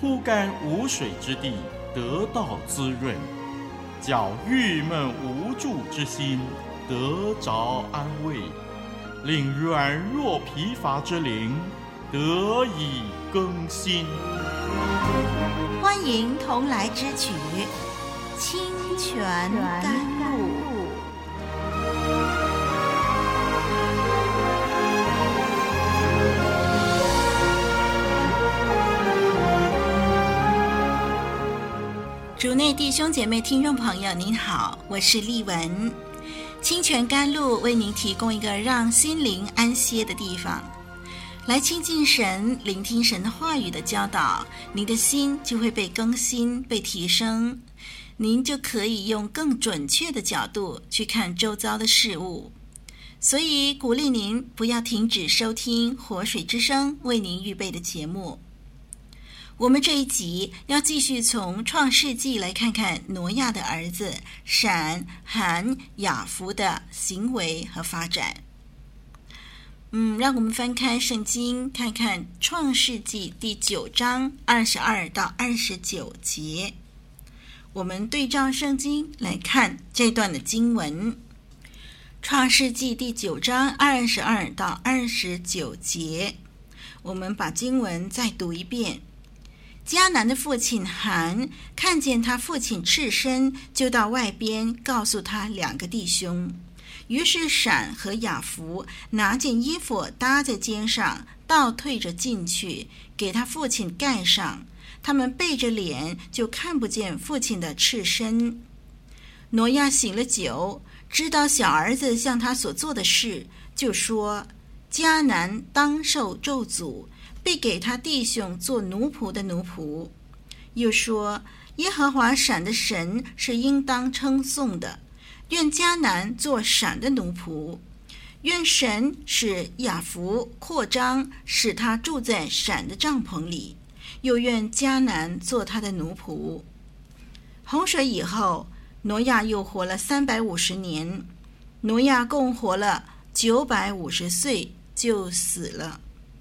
枯干无水之地得到滋润，叫郁闷无助之心得着安慰，令软弱疲乏之灵得以更新。 欢迎同来之曲《清泉甘露》。主内弟兄姐妹听众朋友您好，我是丽文。清泉甘露为您提供一个让心灵安歇的地方，来亲近神，聆听神的话语的教导，您的心就会被更新，被提升，您就可以用更准确的角度去看周遭的事物。所以鼓励您不要停止收听活水之声为您预备的节目。我们这一集要继续从创世纪来看看挪亚的儿子闪、含、雅弗的行为和发展。让我们翻开圣经，看看创世纪第9章22到29节。我们对照圣经来看这段的经文。创世纪第9章22到29节，我们把经文再读一遍。迦南的父亲含看见他父亲赤身，就到外边告诉他2个弟兄。于是闪和雅弗拿件衣服搭在肩上，倒退着进去，给他父亲盖上。他们背着脸，就看不见父亲的赤身。挪亚醒了酒，知道小儿子向他所做的事，就说：迦南当受咒诅，必给他弟兄做奴仆的奴仆。又说：耶和华闪的神是应当称颂的，愿迦南做闪的奴仆，愿神使雅弗扩张，使他住在闪的帐篷里，又愿迦南做他的奴仆。洪水以后，挪亚又活了350年，挪亚共活了950岁就死了。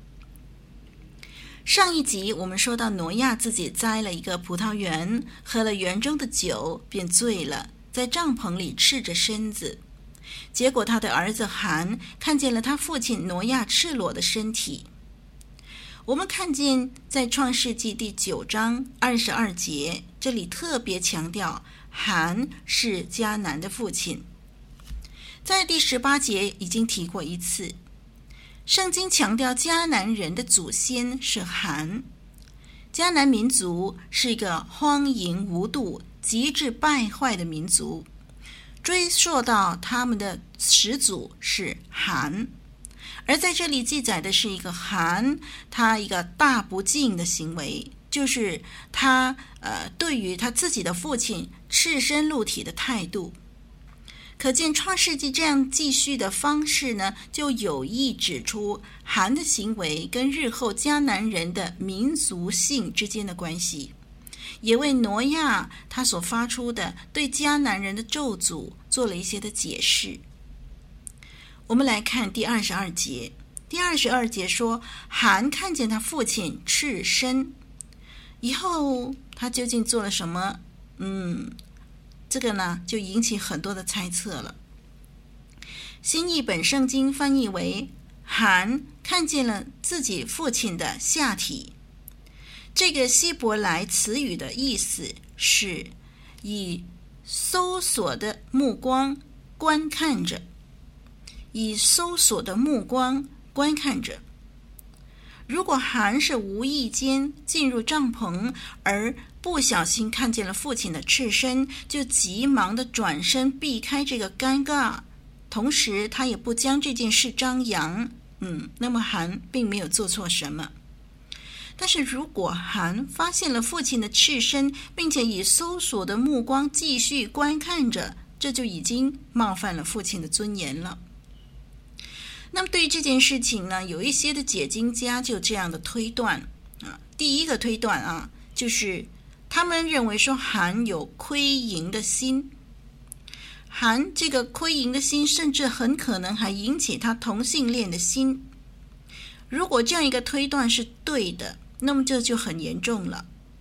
上一集我们说到挪亚自己栽了一个葡萄园，喝了园中的酒便醉了，在帐篷里赤着身子。结果他的儿子含看见了他父亲挪亚赤裸的身体。我们看见在创世纪第9章22节，这里特别强调含是迦南的父亲。在第18节已经提过一次，圣经强调迦南人的祖先是含。迦南民族是一个荒淫无度、极致败坏的民族，追溯到他们的始祖是含。而在这里记载的是一个含，他一个大不敬的行为，就是他对于他自己的父亲赤身露体的态度。可见创世纪这样继续的方式呢，就有意指出含的行为跟日后迦南人的民族性之间的关系，也为挪亚他所发出的对迦南人的咒诅做了一些的解释。我们来看第22节。第22节说，含看见他父亲赤身以后，他究竟做了什么？这个呢就引起很多的猜测了。新译本圣经翻译为含看见了自己父亲的下体。这个希伯来词语的意思是以搜索的目光观看着，以搜索的目光观看着。如果含是无意间进入帐篷而不小心看见了父亲的赤身，就急忙地转身避开这个尴尬，同时他也不将这件事张扬，那么含并没有做错什么。但是如果含发现了父亲的赤身，并且以搜索的目光继续观看着，这就已经冒犯了父亲的尊严了。那么对于这件事情呢，有一些的解经家就这样的推断第一个推断就是他们认为说含有亏淫的心，含这个亏淫的心甚至很可能还引起他同性恋的心。如果这样一个推断是对的，那么这就很严重了。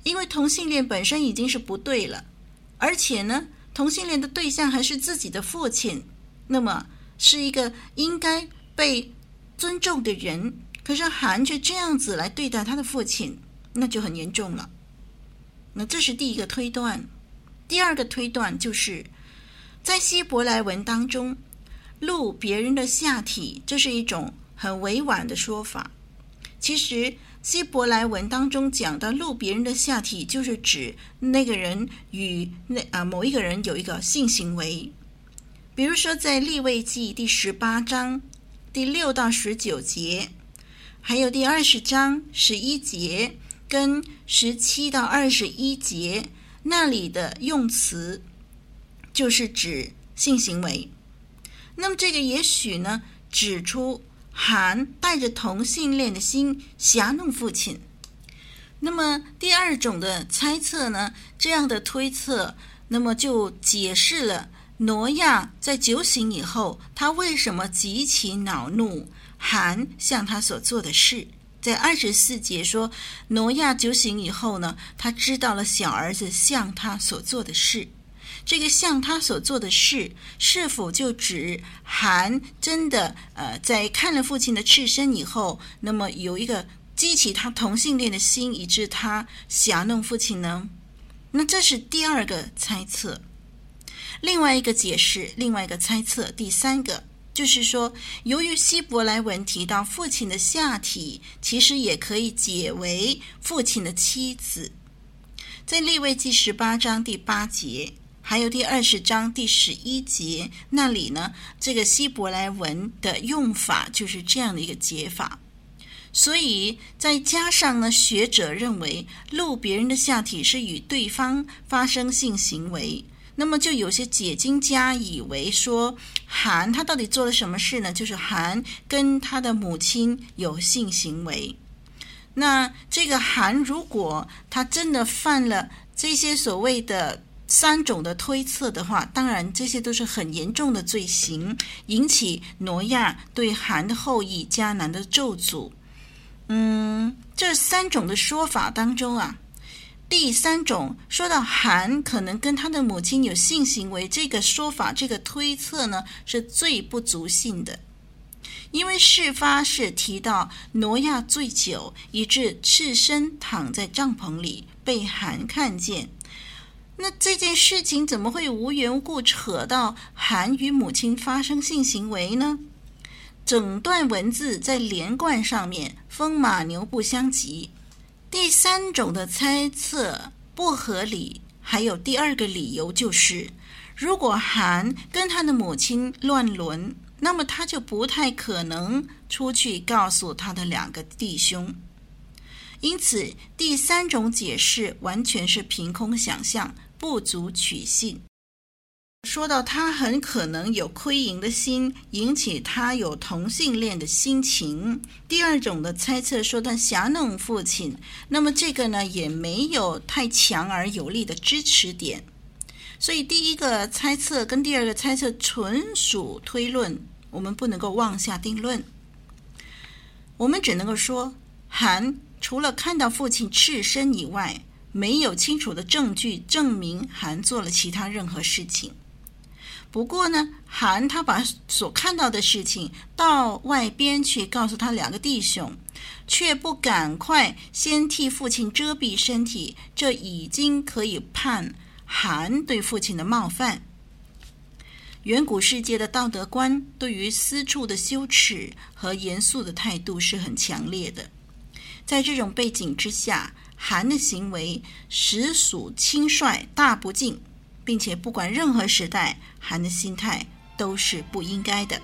因为同性恋本身已经是不对了，而且呢，同性恋的对象还是自己的父亲，那么是一个应该被尊重的人，可是韩却这样子来对待他的父亲，那就很严重了。那这是第一个推断。第二个推断就是在希伯来文当中，露别人的下体，这是一种很委婉的说法。其实希伯来文当中讲到露别人的下体，就是指那个人与某一个人有一个性行为。比如说在利未记第18章第6到19节，还有第20章11节跟17到21节，那里的用词就是指性行为。那么这个也许呢，指出韩带着同性恋的心挟弄父亲。那么第二种的猜测呢，这样的推测，那么就解释了挪亚在酒醒以后，他为什么极其恼怒韩向他所做的事。在24节说，挪亚酒醒以后呢，他知道了小儿子向他所做的事。这个向他所做的事，是否就指韩真的在看了父亲的赤身以后，那么有一个激起他同性恋的心，以致他挟弄父亲呢？那这是第二个猜测。另外一个解释，另外一个猜测，第三个就是说，由于希伯来文提到父亲的下体，其实也可以解为父亲的妻子。在利未记18章第8节，还有第20章第11节，那里呢，这个希伯来文的用法就是这样的一个解法。所以再加上呢，学者认为露别人的下体是与对方发生性行为，那么就有些解经家以为说，韩他到底做了什么事呢？就是韩跟他的母亲有性行为。那这个韩如果他真的犯了这些所谓的3种的推测的话，当然这些都是很严重的罪行，引起挪亚对韩的后裔迦南的咒诅。这3种的说法当中啊，第3种说到韩可能跟他的母亲有性行为，这个说法，这个推测呢，是最不足信的。因为事发是提到挪亚醉酒，以致赤身躺在帐篷里，被韩看见。那这件事情怎么会无缘无故扯到韩与母亲发生性行为呢？整段文字在连贯上面风马牛不相及。第3种的猜测不合理，还有第2个理由就是，如果韩跟他的母亲乱伦，那么他就不太可能出去告诉他的2个弟兄。因此第3种解释完全是凭空想象，不足取信。说到他很可能有亏淫的心，引起他有同性恋的心情。第2种的猜测说他挟弄父亲，那么这个呢也没有太强而有力的支持点。所以第1个猜测跟第2个猜测纯属推论，我们不能够妄下定论。我们只能够说，韩除了看到父亲赤身以外，没有清楚的证据证明韩做了其他任何事情。不过呢，韩他把所看到的事情到外边去告诉他2个弟兄，却不赶快先替父亲遮蔽身体，这已经可以判韩对父亲的冒犯。远古世界的道德观对于私处的羞耻和严肃的态度是很强烈的。在这种背景之下，韩的行为实属轻率大不敬，并且不管任何时代，韩的心态都是不应该的。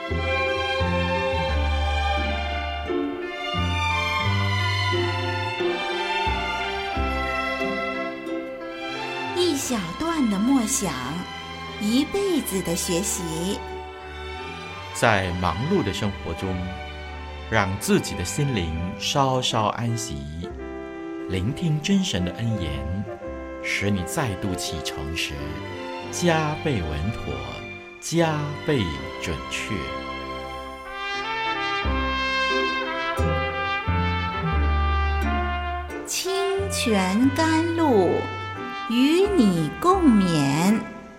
一小段的默想，一辈子的学习。 在忙碌的生活中，让自己的心灵稍稍安息，聆听真神的恩言，使你再度启程时加倍稳妥，加倍准确。 清泉甘露，与你共勉。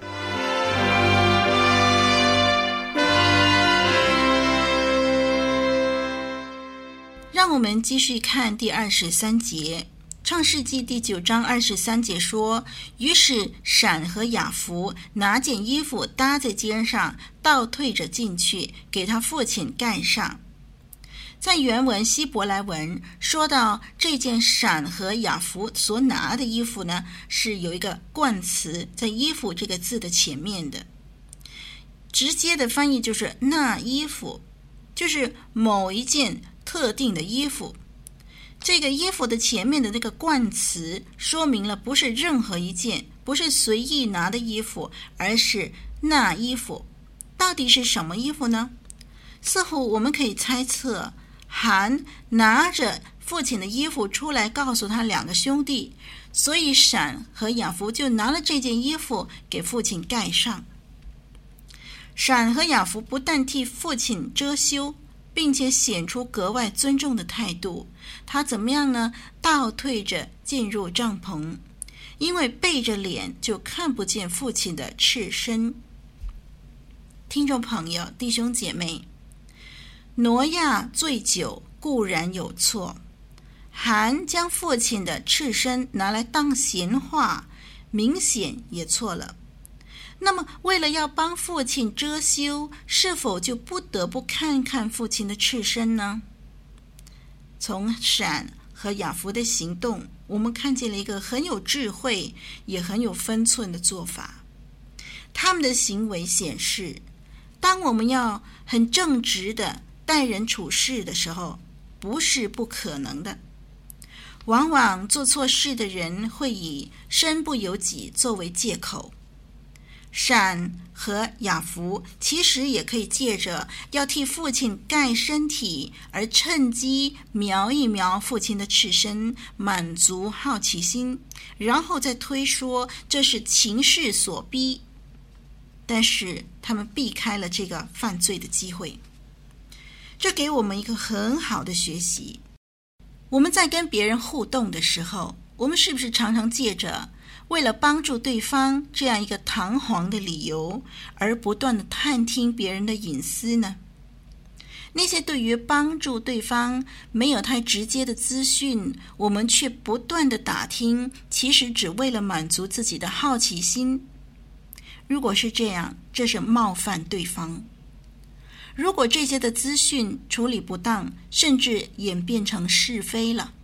让我们继续看第23节。创世纪第9章23节说，于是闪和雅弗拿件衣服搭在肩上，倒退着进去，给他父亲盖上。在原文希伯来文说到这件闪和雅弗所拿的衣服呢，是有一个冠词在衣服这个字的前面的，直接的翻译就是那衣服，就是某一件特定的衣服。这个衣服的前面的那个冠词说明了不是任何一件，不是随意拿的衣服，而是那衣服。到底是什么衣服呢？似乎我们可以猜测，韩拿着父亲的衣服出来告诉他2个兄弟，所以闪和雅弗就拿了这件衣服给父亲盖上。闪和雅弗不但替父亲遮羞，并且显出格外尊重的态度。他怎么样呢？倒退着进入帐篷，因为背着脸就看不见父亲的赤身。听众朋友，弟兄姐妹，挪亚醉酒固然有错，韩将父亲的赤身拿来当闲话，明显也错了。那么为了要帮父亲遮羞，是否就不得不看看父亲的赤身呢？从闪和雅弗的行动，我们看见了一个很有智慧也很有分寸的做法。他们的行为显示，当我们要很正直的待人处事的时候，不是不可能的。往往做错事的人会以身不由己作为借口。闪和雅弗其实也可以借着要替父亲盖身体而趁机瞄一瞄父亲的赤身，满足好奇心，然后再推说这是情势所逼。但是他们避开了这个犯罪的机会。这给我们一个很好的学习。我们在跟别人互动的时候，我们是不是常常借着为了帮助对方这样一个堂皇的理由，而不断的探听别人的隐私呢？那些对于帮助对方没有太直接的资讯，我们却不断的打听，其实只为了满足自己的好奇心。如果是这样，这是冒犯对方。如果这些的资讯处理不当，甚至演变成是非了。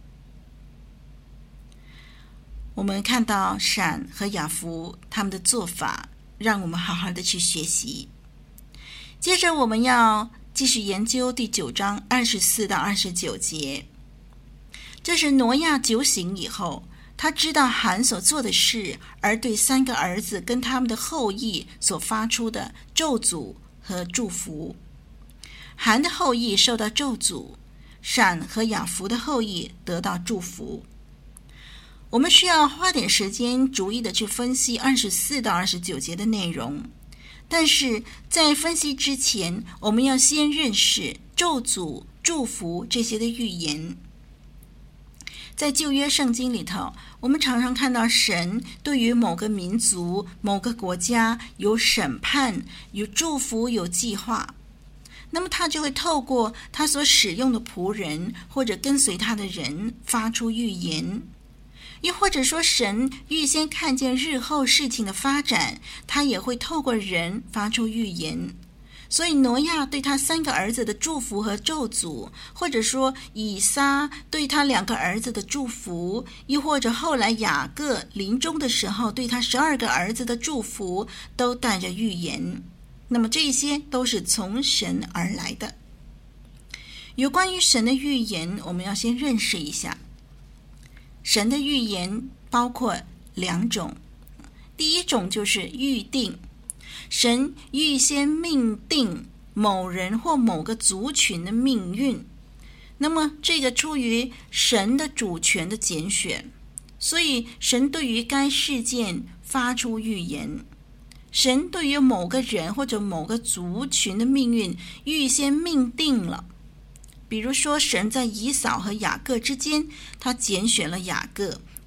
我们看到闪和雅弗他们的做法，让我们好好的去学习。接着我们要继续研究第9章24到29节。这是挪亚酒醒以后，他知道韩所做的事，而对3个儿子跟他们的后裔所发出的咒诅和祝福。韩的后裔受到咒诅，闪和雅弗的后裔得到祝福。我们需要花点时间逐一的去分析24到29节的内容，但是在分析之前，我们要先认识咒诅、祝福这些的预言。在旧约圣经里头，我们常常看到神对于某个民族、某个国家有审判、有祝福、有计划。那么他就会透过他所使用的仆人或者跟随他的人发出预言。又或者说神预先看见日后事情的发展，他也会透过人发出预言。所以挪亚对他3个儿子的祝福和咒诅，或者说以撒对他2个儿子的祝福，又或者后来雅各临终的时候对他12个儿子的祝福，都带着预言。那么这些都是从神而来的。有关于神的预言，我们要先认识一下。神的预言包括2种，第一种就是预定，神预先命定某人或某个族群的命运，那么这个出于神的主权的拣选，所以神对于该事件发出预言。神对于某个人或者某个族群的命运预先命定了。比如说神在以扫和雅各之间，他拣选了雅各，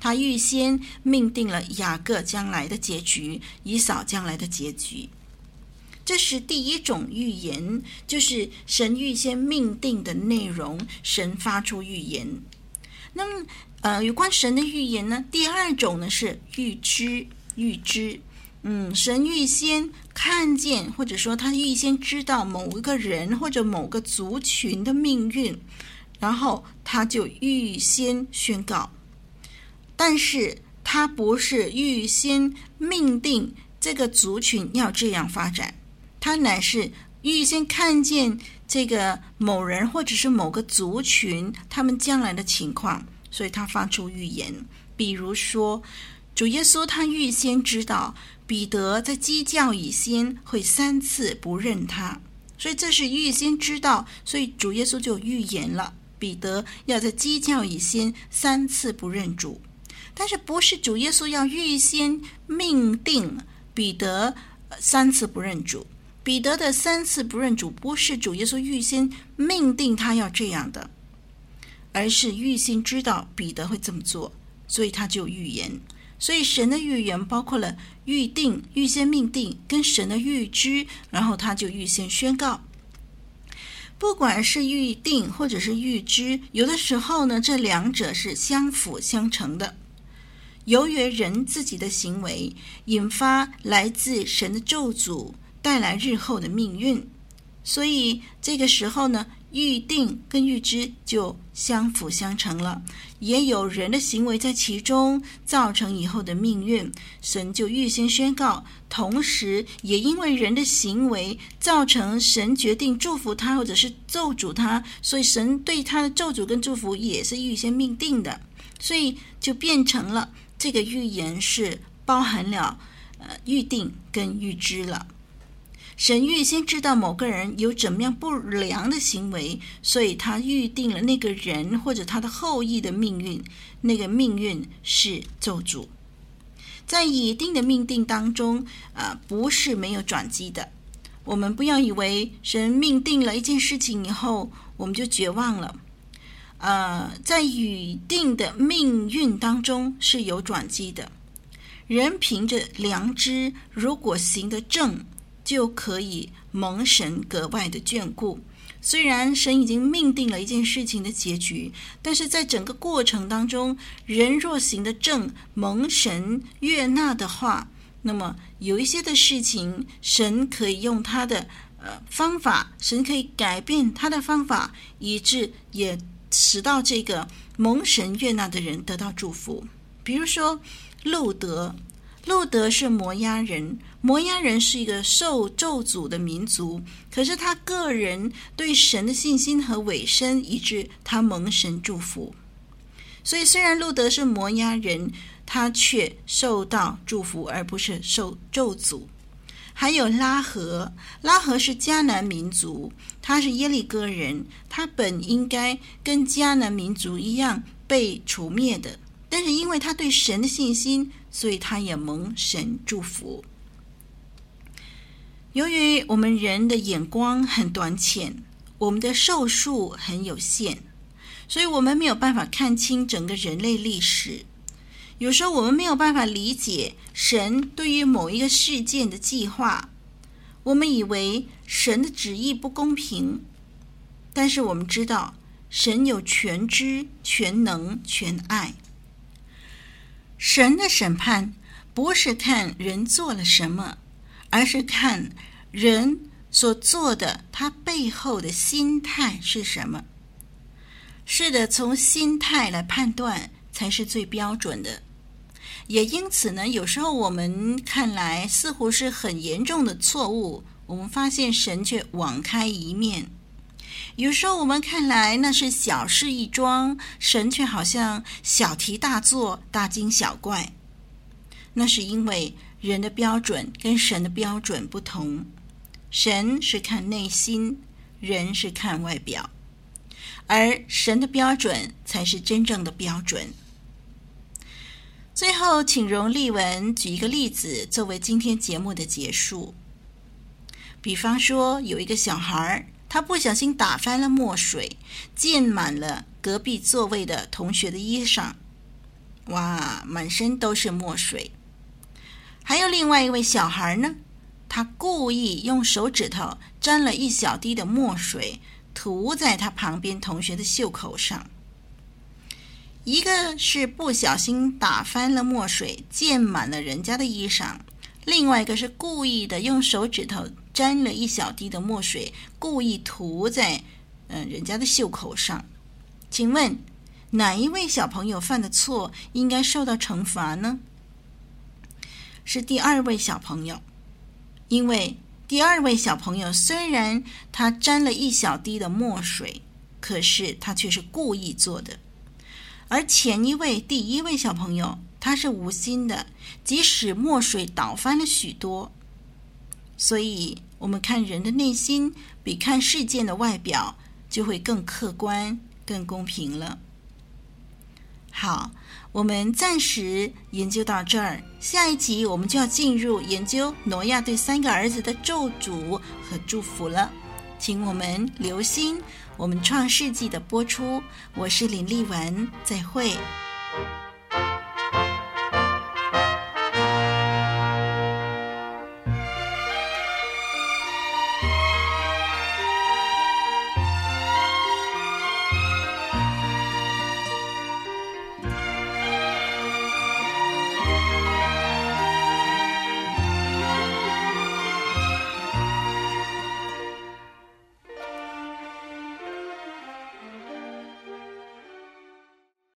他预先命定了雅各将来的结局，以扫将来的结局。这是第一种预言，就是神预先命定的内容，神发出预言。那么有关神的预言呢，第二种呢是预知。神预先看见，或者说他预先知道某一个人或者某个族群的命运，然后他就预先宣告。但是他不是预先命定这个族群要这样发展，他乃是预先看见这个某人或者是某个族群他们将来的情况，所以他发出预言。比如说主耶稣他预先知道彼得在鸡叫以先会3次不认他，所以这是预先知道，所以主耶稣就预言了彼得要在鸡叫以先3次不认主。但是不是主耶稣要预先命定彼得3次不认主，彼得的3次不认主不是主耶稣预先命定他要这样的，而是预先知道彼得会这么做，所以他就预言。所以神的预言包括了预定、预先命定跟神的预知，然后他就预先宣告。不管是预定或者是预知，有的时候呢，这两者是相辅相成的。由于人自己的行为引发来自神的咒诅，带来日后的命运，所以这个时候呢，预定跟预知就相辅相成了。也有人的行为在其中造成以后的命运，神就预先宣告，同时也因为人的行为造成神决定祝福他或者是咒诅他，所以神对他的咒诅跟祝福也是预先命定的，所以就变成了这个预言是包含了预定跟预知了。神预先知道某个人有怎么样不良的行为，所以他预定了那个人或者他的后裔的命运，那个命运是咒诅。在已定的命定当中不是没有转机的。我们不要以为神命定了一件事情以后我们就绝望了。在预定的命运当中是有转机的。人凭着良知，如果行得正，就可以蒙神格外的眷顾。虽然神已经命定了一件事情的结局，但是在整个过程当中，人若行得正，蒙神悦纳的话，那么有一些的事情神可以用他的方法，神可以改变他的方法，以致也使到这个蒙神悦纳的人得到祝福。比如说路德是摩押人，摩押人是一个受咒诅的民族，可是他个人对神的信心和委身，以致他蒙神祝福。所以虽然路德是摩押人，他却受到祝福，而不是受咒诅。还有拉合是迦南民族，他是耶利哥人，他本应该跟迦南民族一样被除灭的，但是因为他对神的信心，所以他也蒙神祝福。由于我们人的眼光很短浅，我们的寿数很有限，所以我们没有办法看清整个人类历史。有时候我们没有办法理解神对于某一个事件的计划，我们以为神的旨意不公平，但是我们知道神有全知、全能、全爱。神的审判不是看人做了什么，而是看人所做的，他背后的心态是什么。是的，从心态来判断才是最标准的。也因此呢，有时候我们看来似乎是很严重的错误，我们发现神却网开一面。有时候我们看来那是小事一桩，神却好像小题大做，大惊小怪。那是因为人的标准跟神的标准不同，神是看内心，人是看外表，而神的标准才是真正的标准。最后请容丽文举一个例子作为今天节目的结束。比方说有一个小孩，他不小心打翻了墨水，溅满了隔壁座位的同学的衣裳。 哇，满身都是墨水。还有另外一位小孩呢，他故意用手指头沾了一小滴的墨水，涂在他旁边同学的袖口上。一个是不小心打翻了墨水，溅满了人家的衣裳，另外一个是故意的用手指头沾了一小滴的墨水，故意涂在人家的袖口上。请问哪一位小朋友犯的错应该受到惩罚呢？是第二位小朋友，因为第二位小朋友虽然他沾了一小滴的墨水，可是他却是故意做的。而前一位第一位小朋友他是无心的，即使墨水倒翻了许多。所以我们看人的内心比看事件的外表就会更客观更公平了。好，我们暂时研究到这儿，下一集我们就要进入研究挪亚对3个儿子的咒诅和祝福了。请我们留心我们创世纪的播出。我是林丽文，再会。